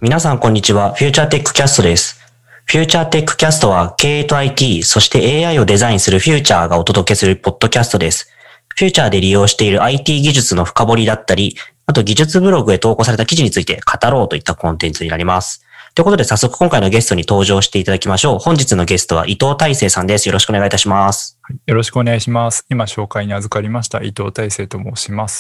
皆さんこんにちは。フューチャーテックキャストです。フューチャーテックキャストは経営と IT、そして AI をデザインするフューチャーがお届けするポッドキャストです。フューチャーで利用している IT 技術の深掘りだったり、あと技術ブログへ投稿された記事について語ろうといったコンテンツになります。ということで早速今回のゲストに登場していただきましょう。本日のゲストは伊藤大成さんです。よろしくお願いいたします。 よろしくお願いします。今紹介に預かりました伊藤大成と申します。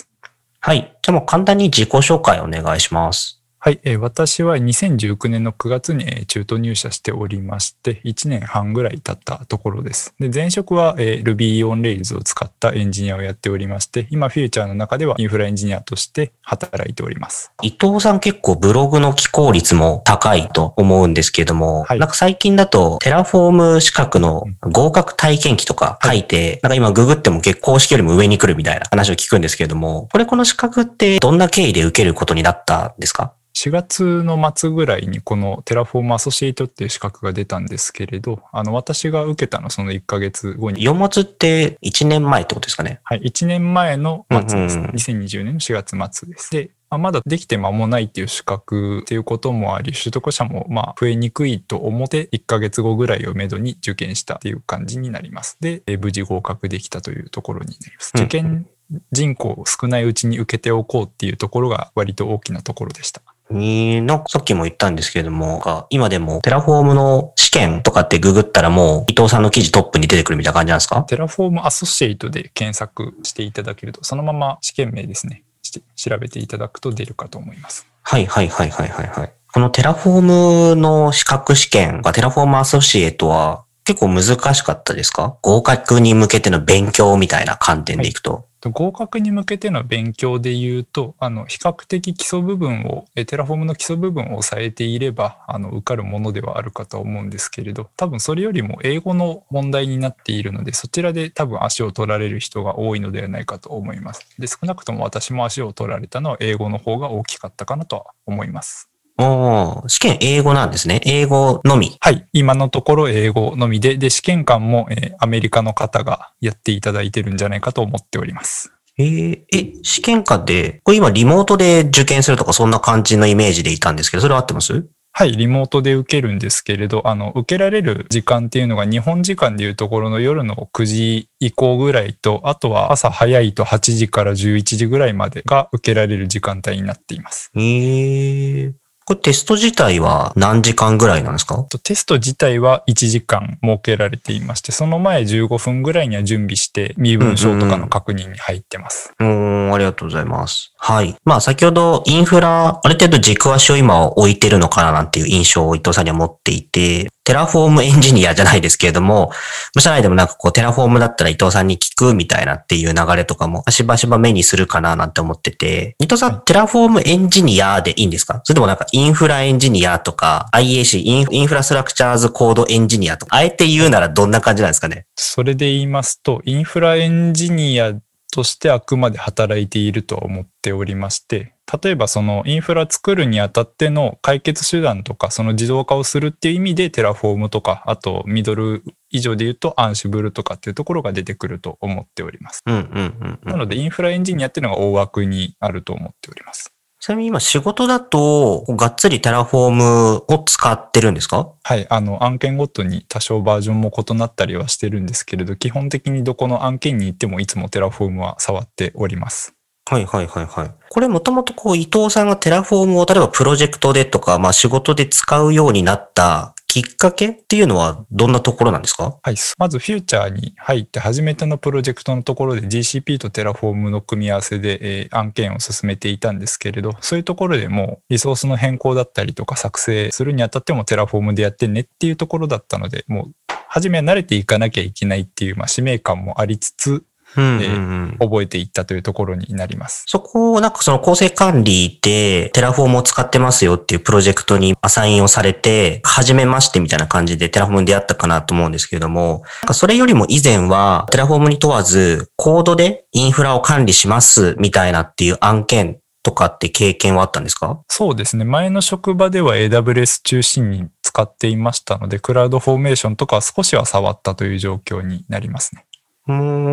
はい。じゃあもう簡単に自己紹介お願いします。 はい、私は2019年の9月に中途入社しておりまして、1年半ぐらい経ったところです。で、前職は Ruby on Rails を使ったエンジニアをやっておりまして、今フューチャーの中ではインフラエンジニアとして働いております。 伊藤さん結構ブログの寄稿率も高いと思うんですけども、はい、なんか最近だとテラフォーム資格の合格体験記とか書いて、なんか今ググっても結構公式よりも上に来るみたいな話を聞くんですけれども、この資格ってどんな経緯で受けることになったんですか ？4月の末ぐらいにこのテラフォームアソシエイトっていう資格が出たんですけれど、私が受けたのその1ヶ月後に。 4末って1年前ってことですかね？ はい、1年前の末です。2020年の4月末です。で、まだできて間もないっていう資格っていうこともあり、取得者も増えにくいと思って1ヶ月後ぐらいをめどに受験したっていう感じになります。で、無事合格できたというところになります。受験人口少ないうちに受けておこうっていうところが割と大きなところでした。 なんかさっきも言ったんですけれども、今でもテラフォームの試験とかってググったらもう伊藤さんの記事トップに出てくるみたいな感じなんですか？ テラフォームアソシエイトで検索していただけると、そのまま試験名ですね、調べていただくと出るかと思います。 はい。このテラフォームの資格試験がテラフォームアソシエイトは結構難しかったですか？合格に向けての勉強みたいな観点でいくと。 合格に向けての勉強で言うと、比較的基礎部分を、テラフォームの基礎部分を抑えていれば、受かるものではあるかと思うんですけれど、多分それよりも英語の問題になっているので、そちらで多分足を取られる人が多いのではないかと思います。で、少なくとも私も足を取られたのは英語の方が大きかったかなとは思います。 試験英語なんですね。英語のみ。 はい。今のところ英語のみで、試験官も、アメリカの方がやっていただいてるんじゃないかと思っております。 試験官で、これ今リモートで受験するとかそんな感じのイメージでいたんですけど、それは合ってます？ はい、リモートで受けるんですけれど、受けられる時間っていうのが日本時間でいうところの夜の9時以降ぐらいと、あとは朝早いと8時から11時ぐらいまでが受けられる時間帯になっています。 これテスト自体は何時間ぐらいなんですか？ テスト自体は1時間設けられていまして、その前15分ぐらいには準備して身分証とかの確認に入ってます。 ありがとうございます。はい。先ほどインフラ、ある程度軸足を今置いてるのかななんていう印象を伊藤さんには持っていて、テラフォームエンジニアじゃないですけれども、社内でもなんかテラフォームだったら伊藤さんに聞くみたいなっていう流れとかもしばしば目にするかななんて思ってて、伊藤さん、テラフォームエンジニアでいいんですか？それともなんかインフラエンジニアとか IAC、インフラストラクチャーズコードエンジニアとか、あえて言うならどんな感じなんですかね？ それで言いますと、インフラエンジニアとしてあくまで働いていると思っておりまして、例えばそのインフラ作るにあたっての解決手段とかその自動化をするっていう意味でテラフォームとか、あとミドル以上で言うとアンシブルとかっていうところが出てくると思っております。なのでインフラエンジニアっていうのが大枠にあると思っております。 ちなみに今仕事だとがっつりテラフォームを使ってるんですか？ はい、案件ごとに多少バージョンも異なったりはしてるんですけれど、基本的にどこの案件に行ってもいつもテラフォームは触っております。 はい。これもともと伊藤さんがテラフォームを例えばプロジェクトでとか、仕事で使うようになったきっかけっていうのはどんなところなんですか？ はい。まずフューチャーに入って初めてのプロジェクトのところで GCP とテラフォームの組み合わせで、案件を進めていたんですけれど、そういうところでもリソースの変更だったりとか作成するにあたってもテラフォームでやってねっていうところだったので、もう初めは慣れていかなきゃいけないっていう使命感もありつつ、覚えていったというところになります。 そこをなんかその構成管理でテラフォームを使ってますよっていうプロジェクトにアサインをされて、初めましてみたいな感じでテラフォームに出会ったかなと思うんですけれども、なんかそれよりも以前はテラフォームに問わずコードでインフラを管理しますみたいなっていう案件とかって経験はあったんですか？ そうですね。前の職場では AWS 中心に使っていましたので、クラウドフォーメーションとか少しは触ったという状況になりますね。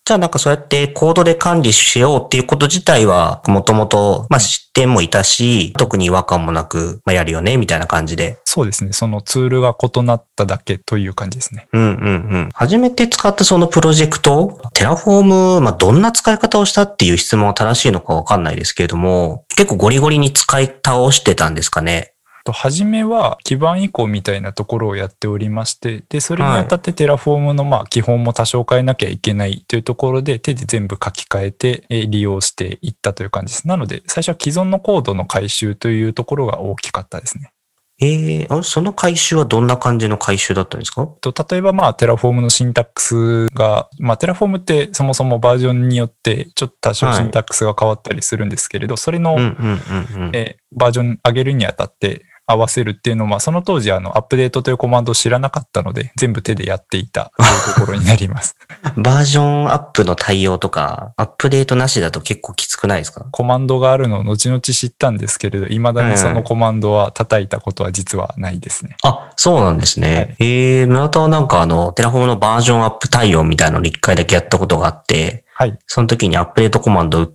じゃあなんかそうやってコードで管理しようっていうこと自体は、もともと、知ってもいたし、特に違和感もなく、やるよね、みたいな感じで。 そうですね。そのツールが異なっただけという感じですね。 初めて使ったそのプロジェクト、テラフォーム、どんな使い方をしたっていう質問は正しいのかわかんないですけれども、結構ゴリゴリに使い倒してたんですかね。 初めは基盤移行みたいなところをやっておりまして、で、それにあたってテラフォームの基本も多少変えなきゃいけないというところで手で全部書き換えて利用していったという感じです。なので、最初は既存のコードの改修というところが大きかったですね。 その改修はどんな感じの改修だったんですか？ 例えばテラフォームのシンタックスが、テラフォームってそもそもバージョンによってちょっと多少シンタックスが変わったりするんですけれど、それのバージョン上げるにあたって合わせるっていうのは、その当時アップデートというコマンドを知らなかったので、全部手でやっていたというところになります。 バージョンアップの対応とか、アップデートなしだと結構きつくないですか？ コマンドがあるのを後々知ったんですけれど、未だにそのコマンドは叩いたことは実はないですね。 そうなんですね。村田はなんかテラフォームのバージョンアップ対応みたいなのを1回だけやったことがあって、その時にアップデートコマンドを打って、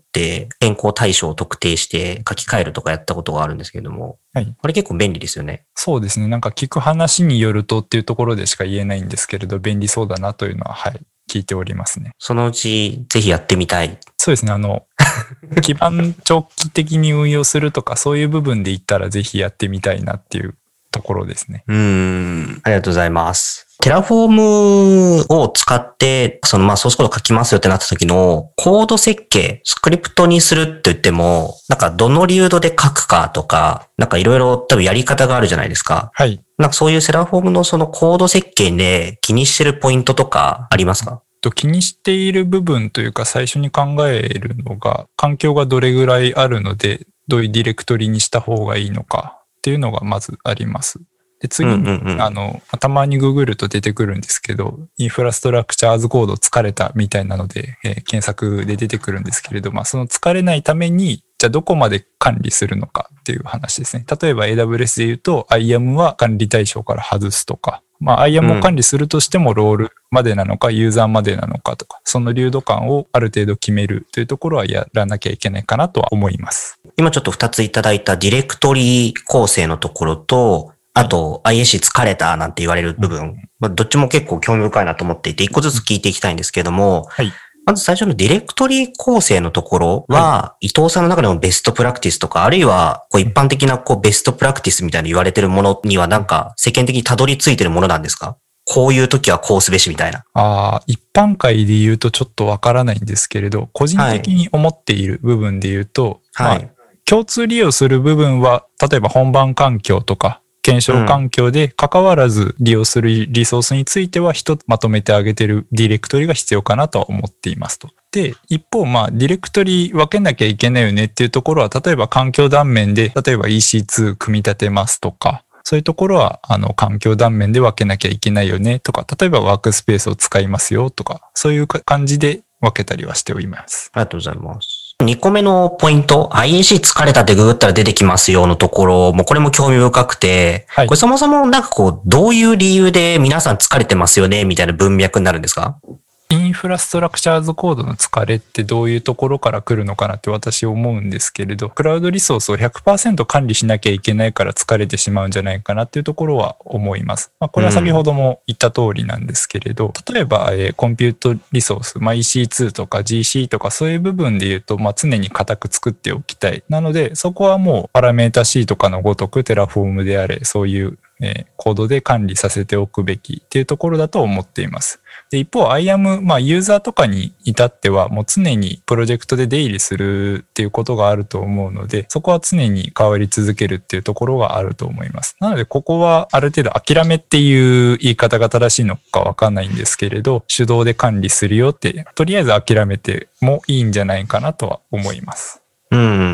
変更対象を特定して書き換えるとかやったことがあるんですけれども、これ結構便利ですよね。 そうですね。なんか聞く話によるとっていうところでしか言えないんですけれど、便利そうだなというのは、聞いておりますね。 そのうちぜひやってみたい。 そうですね。基盤長期的に運用するとか、そういう部分で言ったらぜひやってみたいなっていうところですね。 ありがとうございます。テラフォームを使って、ソースコード書きますよってなった時のコード設計、スクリプトにするって言っても、なんかどの流度で書くかとか、なんかいろいろ多分やり方があるじゃないですか。なんかそういうテラフォームのそのコード設計で気にしてるポイントとかありますか？ 気にしている部分というか最初に考えるのが、環境がどれぐらいあるので、どういうディレクトリにした方がいいのかっていうのがまずあります。で、次に、たまにググると出てくるんですけど、インフラストラクチャーアズコード疲れたみたいなので、検索で出てくるんですけれど、その疲れないために、じゃあどこまで管理するのかっていう話ですね。例えば AWS で言うと、IAM は管理対象から外すとか、IAM を管理するとしてもロールまでなのか、ユーザーまでなのかとか、その流度感をある程度決めるというところはやらなきゃいけないかなとは思います。 今ちょっと2ついただいたディレクトリ構成のところと、あと IAC 疲れたなんて言われる部分、どっちも結構興味深いなと思っていて、一個ずつ聞いていきたいんですけども、まず最初のディレクトリ構成のところは、伊藤さんの中でもベストプラクティスとか、あるいは一般的なベストプラクティスみたいに言われてるものにはなんか世間的にたどり着いてるものなんですか？こういう時はこうすべしみたいな。 一般界で言うとちょっとわからないんですけれど、個人的に思っている部分で言うと、共通利用する部分は、例えば本番環境とか、検証環境で関わらず利用するリソースについては一つまとめてあげてるディレクトリが必要かなとは思っていますと。で、一方、ディレクトリ分けなきゃいけないよねっていうところは、例えば環境断面で、例えば EC2 組み立てますとか、そういうところは、環境断面で分けなきゃいけないよねとか、例えばワークスペースを使いますよとか、そういう感じで分けたりはしております。 ありがとうございます。2個目のポイント、IAC 疲れたってググったら出てきますよのところも、これも興味深くて、これそもそもなんかどういう理由で皆さん疲れてますよねみたいな文脈になるんですか？ インフラストラクチャーズコードの疲れってどういうところから来るのかなって私思うんですけれど、クラウドリソースを 100% 管理しなきゃいけないから疲れてしまうんじゃないかなっていうところは思います。これは先ほども言った通りなんですけれど、例えば、コンピュートリソース、EC2 とか GC とかそういう部分で言うと、常に固く作っておきたい。なので、そこはもうパラメータ C とかのごとくテラフォームであれ、そういうコードで管理させておくべきっていうところだと思っています。で、一方 IAM、ユーザーとかに至ってはもう常にプロジェクトで出入りするっていうことがあると思うので、そこは常に変わり続けるっていうところがあると思います。なのでここはある程度諦めっていう言い方が正しいのかわかんないんですけれど、手動で管理するよって、とりあえず諦めてもいいんじゃないかなとは思います。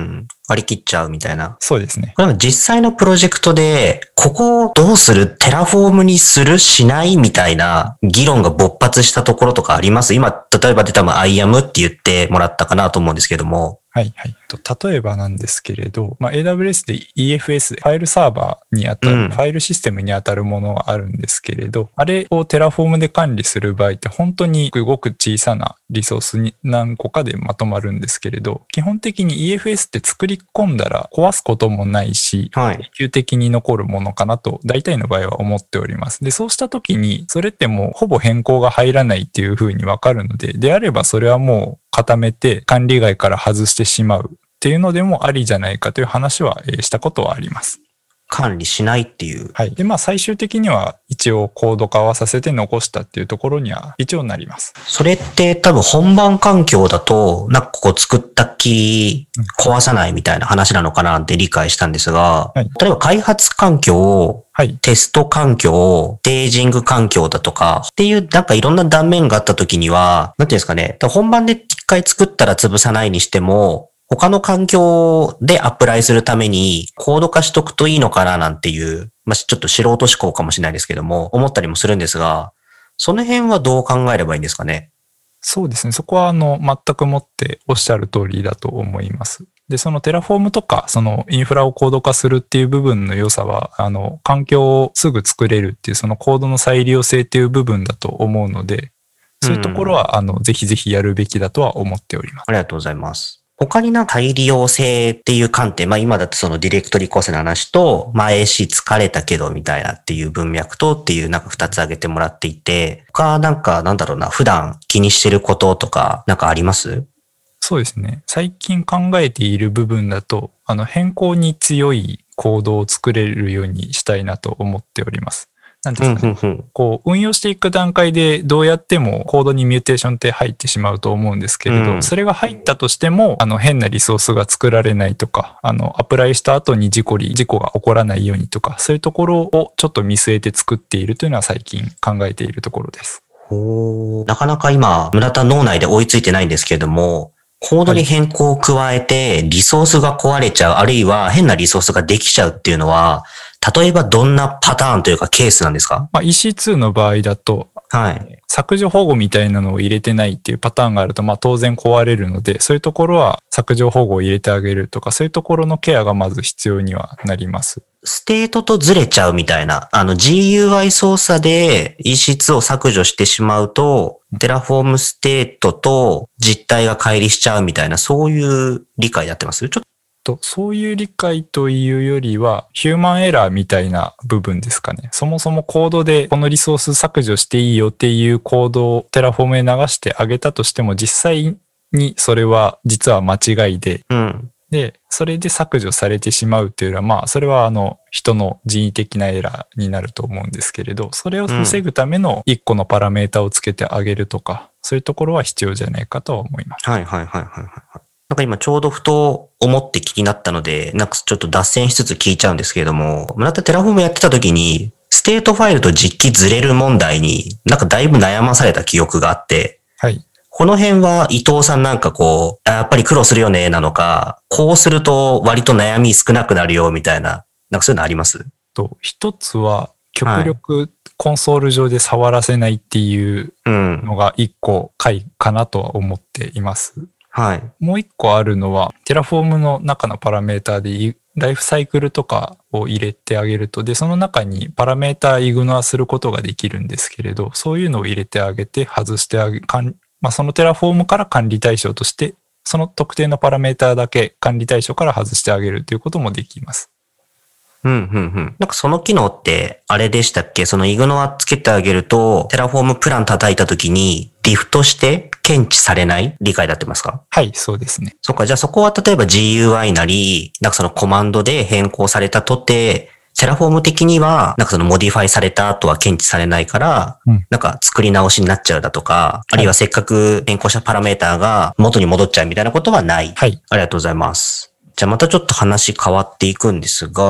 割り切っちゃうみたいな。 そうですね。 これは実際のプロジェクトで、ここをどうする？テラフォームにする？しない？みたいな議論が勃発したところとかあります？今、例えばで多分 IAM って言ってもらったかなと思うんですけども。 はいはい。例えばなんですけれど、AWS で EFS、ファイルサーバーにあたる、ファイルシステムにあたるものがあるんですけれど、あれを Terraform で管理する場合って本当にごく小さなリソースに何個かでまとまるんですけれど、基本的に EFS って作り込んだら壊すこともないし、永久的に残るものかなと大体の場合は思っております。で、そうした時に、それってもうほぼ変更が入らないっていうふうにわかるので、であればそれはもう固めて管理外から外してしまうっていうのでもありじゃないかという話はしたことはあります。 管理しないっていう。 はい。で、最終的には一応コード化はさせて残したっていうところには一応なります。 それって多分本番環境だと、なんかこう作ったっきり壊さないみたいな話なのかなって理解したんですが、はい、例えば開発環境、はい、テスト環境、ステージング環境だとかっていうなんかいろんな断面があった時には、なんていうんですかね、本番で一回作ったら潰さないにしても、他の環境でアプライするためにコード化しとくといいのかななんていう、ちょっと素人思考かもしれないですけども、思ったりもするんですが、その辺はどう考えればいいんですかね？ そうですね。そこは全くもっておっしゃる通りだと思います。で、そのテラフォームとか、そのインフラをコード化するっていう部分の良さは、環境をすぐ作れるっていうそのコードの再利用性っていう部分だと思うので、そういうところは、ぜひぜひやるべきだとは思っております。 ありがとうございます。他に再利用性っていう観点、今だとそのディレクトリ構成の話と、AC 疲れたけどみたいなっていう文脈とっていうなんか2つ挙げてもらっていて、他なんかなんだろうな、普段気にしてることとかなんかあります？ そうですね。最近考えている部分だと、変更に強いコードを作れるようにしたいなと思っております。なんですかね。運用していく段階でどうやってもコードにミューテーションって入ってしまうと思うんですけれど、それが入ったとしても、変なリソースが作られないとか、アプライした後に事故が起こらないようにとか、そういうところをちょっと見据えて作っているというのは最近考えているところです。 なかなか今、村田脳内で追いついてないんですけれども、コードに変更を加えてリソースが壊れちゃう、あるいは変なリソースができちゃうっていうのは、例えばどんなパターンというかケースなんですか ？EC2 の場合だと、はい、削除保護みたいなのを入れてないっていうパターンがあると、当然壊れるので、そういうところは削除保護を入れてあげるとか、そういうところのケアがまず必要にはなります。 ステートとずれちゃうみたいな、GUI 操作で EC2 を削除してしまうと、テラフォームステートと実態が乖離しちゃうみたいな、そういう理解やってます？ そういう理解というよりは、ヒューマンエラーみたいな部分ですかね。そもそもコードでこのリソース削除していいよっていうコードをテラフォームへ流してあげたとしても、実際にそれは実は間違いで、で、それで削除されてしまうっていうのは、それは人の人為的なエラーになると思うんですけれど、それを防ぐための一個のパラメータをつけてあげるとか、そういうところは必要じゃないかとは思います。 はいはいはいはいはい。なんか今ちょうどふと思って気になったので、なんかちょっと脱線しつつ聞いちゃうんですけれども、村田テラフォームやってた時に、ステートファイルと実機ずれる問題になんかだいぶ悩まされた記憶があって、はい。この辺は伊藤さんなんかやっぱり苦労するよねなのか、こうすると割と悩み少なくなるよみたいな、なんかそういうのあります？ 一つは極力コンソール上で触らせないっていうのが一個回かなとは思っています。はい。もう一個あるのは、テラフォームの中のパラメータでライフサイクルとかを入れてあげると、で、その中にパラメータイグノアすることができるんですけれど、そういうのを入れてあげて外してあげ、そのテラフォームから管理対象として、その特定のパラメータだけ管理対象から外してあげるということもできます。 なんかその機能って、あれでしたっけ？そのイグノアつけてあげると、テラフォームプラン叩いたときに、ディフとして検知されない理解になってますか？ はい、そうですね。 そっか、じゃあそこは例えば GUI なり、なんかそのコマンドで変更されたとて、テラフォーム的には、なんかそのモディファイされた後は検知されないから、なんか作り直しになっちゃうだとか、あるいはせっかく変更したパラメーターが元に戻っちゃうみたいなことはない。はい。ありがとうございます。じゃあまたちょっと話変わっていくんですが、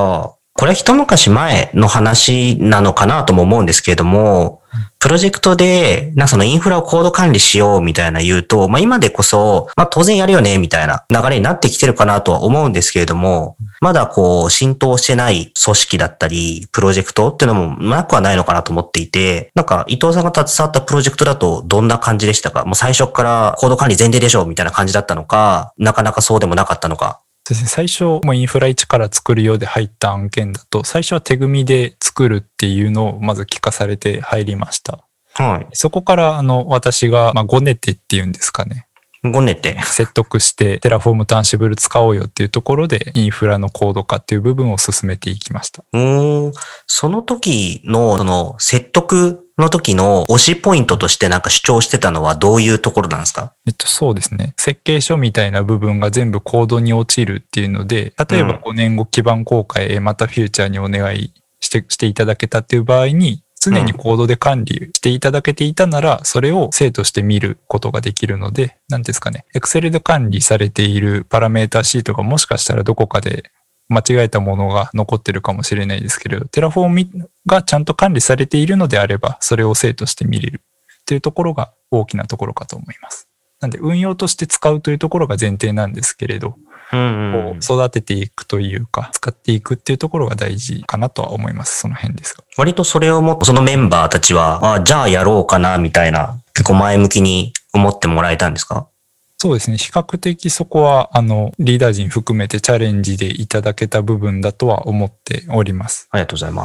これは一昔前の話なのかなとも思うんですけれども、プロジェクトで、そのインフラをコード管理しようみたいな言うと、今でこそ、当然やるよねみたいな流れになってきてるかなとは思うんですけれども、まだ浸透してない組織だったり、プロジェクトっていうのもなくはないのかなと思っていて、伊藤さんが携わったプロジェクトだとどんな感じでしたか？もう最初からコード管理前提でしょみたいな感じだったのか、なかなかそうでもなかったのか。 ですね、最初もうインフラ1から作るようで入った案件だと、最初は手組みで作るっていうのをまず聞かされて入りました。 はい。 そこから私がごねてっていうんですかね。 ごねて説得してテラフォームとアンシブル使おうよっていうところでインフラのコード化っていう部分を進めていきました。 その時の説得の時の推しポイントとして主張してたのはどういうところなんですか？ そうですね。設計書みたいな部分が全部コードに落ちるっていうので、例えば5年後基盤公開またフューチャーにお願いしていただけたっていう場合に、常にコードで管理していただけていたなら、それを生として見ることができるので、何ですかね、Excel で管理されているパラメータシートがもしかしたらどこかで間違えたものが残ってるかもしれないですけれど、テラフォームがちゃんと管理されているのであれば、それを生として見れるっていうところが大きなところかと思います。なんで運用として使うというところが前提なんですけれど、育てていくというか、使っていくっていうところが大事かなとは思います。その辺ですが。 割とそれをもっとそのメンバーたちは、じゃあやろうかなみたいな、結構前向きに思ってもらえたんですか？ そうですね。比較的そこは、リーダー陣含めてチャレンジでいただけた部分だとは思っております。 ありがとうございます。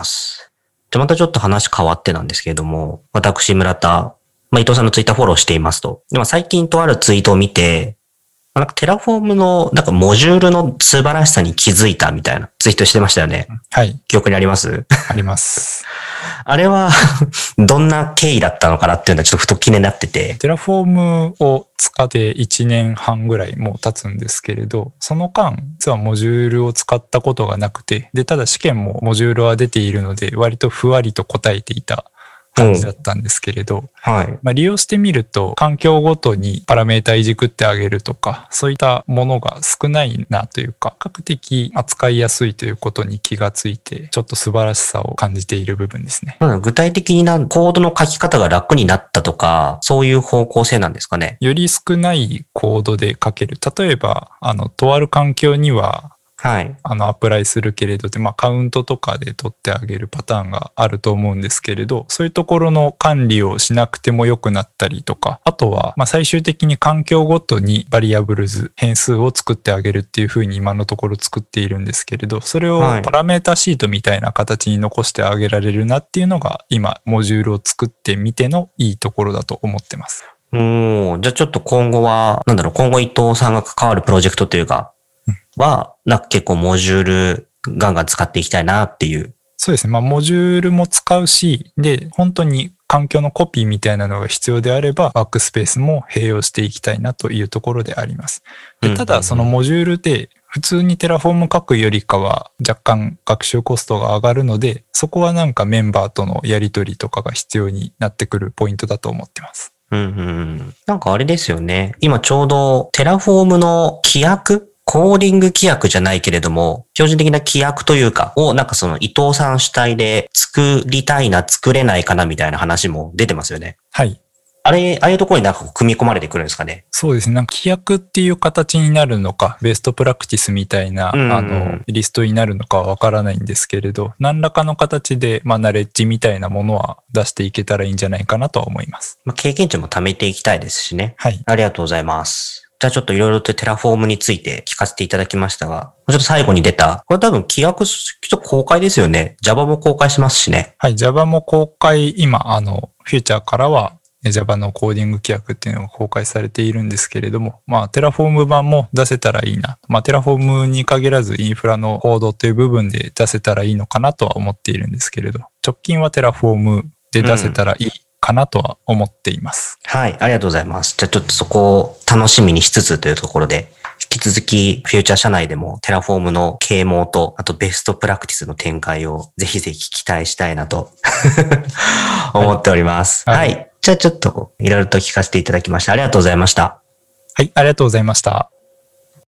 じゃまたちょっと話変わってなんですけれども、私、村田、伊藤さんのツイッターフォローしていますと。でも最近とあるツイートを見て、テラフォームのモジュールの素晴らしさに気づいたみたいなツイートしてましたよね。 はい。 記憶にあります？ あります。 あれはどんな経緯だったのかなっていうのはちょっとふと気になってて。 テラフォームを使って1年半ぐらいもう経つんですけれど、その間、実はモジュールを使ったことがなくて、で、ただ試験もモジュールは出ているので、割とふわりと答えていた感じだったんですけれど、 はい。 利用してみると環境ごとにパラメータいじくってあげるとか、そういったものが少ないなというか、比較的扱いやすいということに気がついて、ちょっと素晴らしさを感じている部分ですね。 具体的にコードの書き方が楽になったとか、そういう方向性なんですかね。 より少ないコードで書ける。例えば、とある環境には、 はい。 アプライするけれどで、カウントとかで取ってあげるパターンがあると思うんですけれど、そういうところの管理をしなくても良くなったりとか、あとは、最終的に環境ごとにバリアブルズ、変数を作ってあげるっていう風に今のところ作っているんですけれど、それをパラメータシートみたいな形に残してあげられるなっていうのが、今、モジュールを作ってみてのいいところだと思ってます。 じゃあちょっと今後は、今後伊藤さんが関わるプロジェクトというか、結構モジュールガンガン使っていきたいなっていう。 そうですね。モジュールも使うし、で、本当に環境のコピーみたいなのが必要であれば、ワークスペースも併用していきたいなというところであります。で、ただそのモジュールで、普通にテラフォーム書くよりかは若干学習コストが上がるので、そこはメンバーとのやり取りとかが必要になってくるポイントだと思ってます。 あれですよね。今ちょうどテラフォームの規約コーディング規約じゃないけれども、標準的な規約というか、をその伊藤さん主体で作りたいな、作れないかなみたいな話も出てますよね。 はい。 ああいうところに組み込まれてくるんですかね。 そうですね。規約っていう形になるのか、ベストプラクティスみたいな、リストになるのかはわからないんですけれど、何らかの形で、ナレッジみたいなものは出していけたらいいんじゃないかなとは思います。 経験値も貯めていきたいですしね。 はい。 ありがとうございます。じゃあちょっといろいろとテラフォームについて聞かせていただきましたが、ちょっと最後に出た、これ多分規約ちょっと公開ですよね。Java も公開しますしね。 はい、Java も公開、今、フューチャーからは Java のコーディング規約っていうのが公開されているんですけれども、テラフォーム版も出せたらいいな。テラフォームに限らずインフラのコードという部分で出せたらいいのかなとは思っているんですけれど、直近はテラフォームで出せたらいい。かなとは思っています。 はい、ありがとうございます。じゃあちょっとそこを楽しみにしつつというところで、引き続きフューチャー社内でもテラフォームの啓蒙と、あとベストプラクティスの展開をぜひぜひ期待したいなと思っております。はい。じゃあちょっといろいろと聞かせていただきましてありがとうございました。 はい、ありがとうございました。